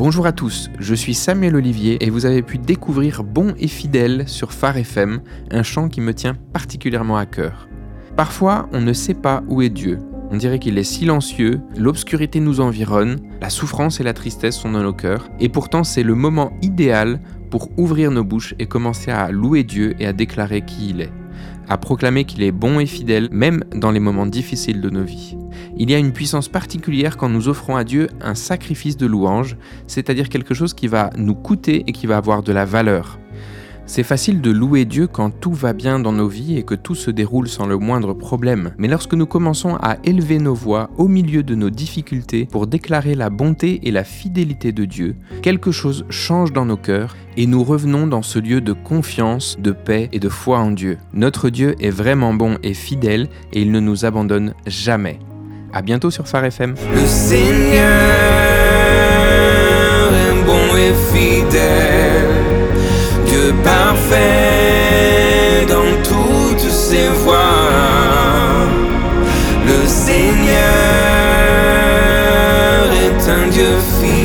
Bonjour à tous, je suis Samuel Olivier et vous avez pu découvrir Bon et fidèle sur Phare FM, un chant qui me tient particulièrement à cœur. Parfois, on ne sait pas où est Dieu. On dirait qu'il est silencieux, l'obscurité nous environne, la souffrance et la tristesse sont dans nos cœurs, et pourtant c'est le moment idéal pour ouvrir nos bouches et commencer à louer Dieu et à déclarer qui il est, à proclamer qu'il est bon et fidèle, même dans les moments difficiles de nos vies. Il y a une puissance particulière quand nous offrons à Dieu un sacrifice de louange, c'est-à-dire quelque chose qui va nous coûter et qui va avoir de la valeur. C'est facile de louer Dieu quand tout va bien dans nos vies et que tout se déroule sans le moindre problème. Mais lorsque nous commençons à élever nos voix au milieu de nos difficultés pour déclarer la bonté et la fidélité de Dieu, quelque chose change dans nos cœurs et nous revenons dans ce lieu de confiance, de paix et de foi en Dieu. Notre Dieu est vraiment bon et fidèle et il ne nous abandonne jamais. À bientôt sur Phare FM. Le Seigneur est bon et fidèle, Dieu parfait dans toutes ses voies. Le Seigneur est un Dieu fidèle.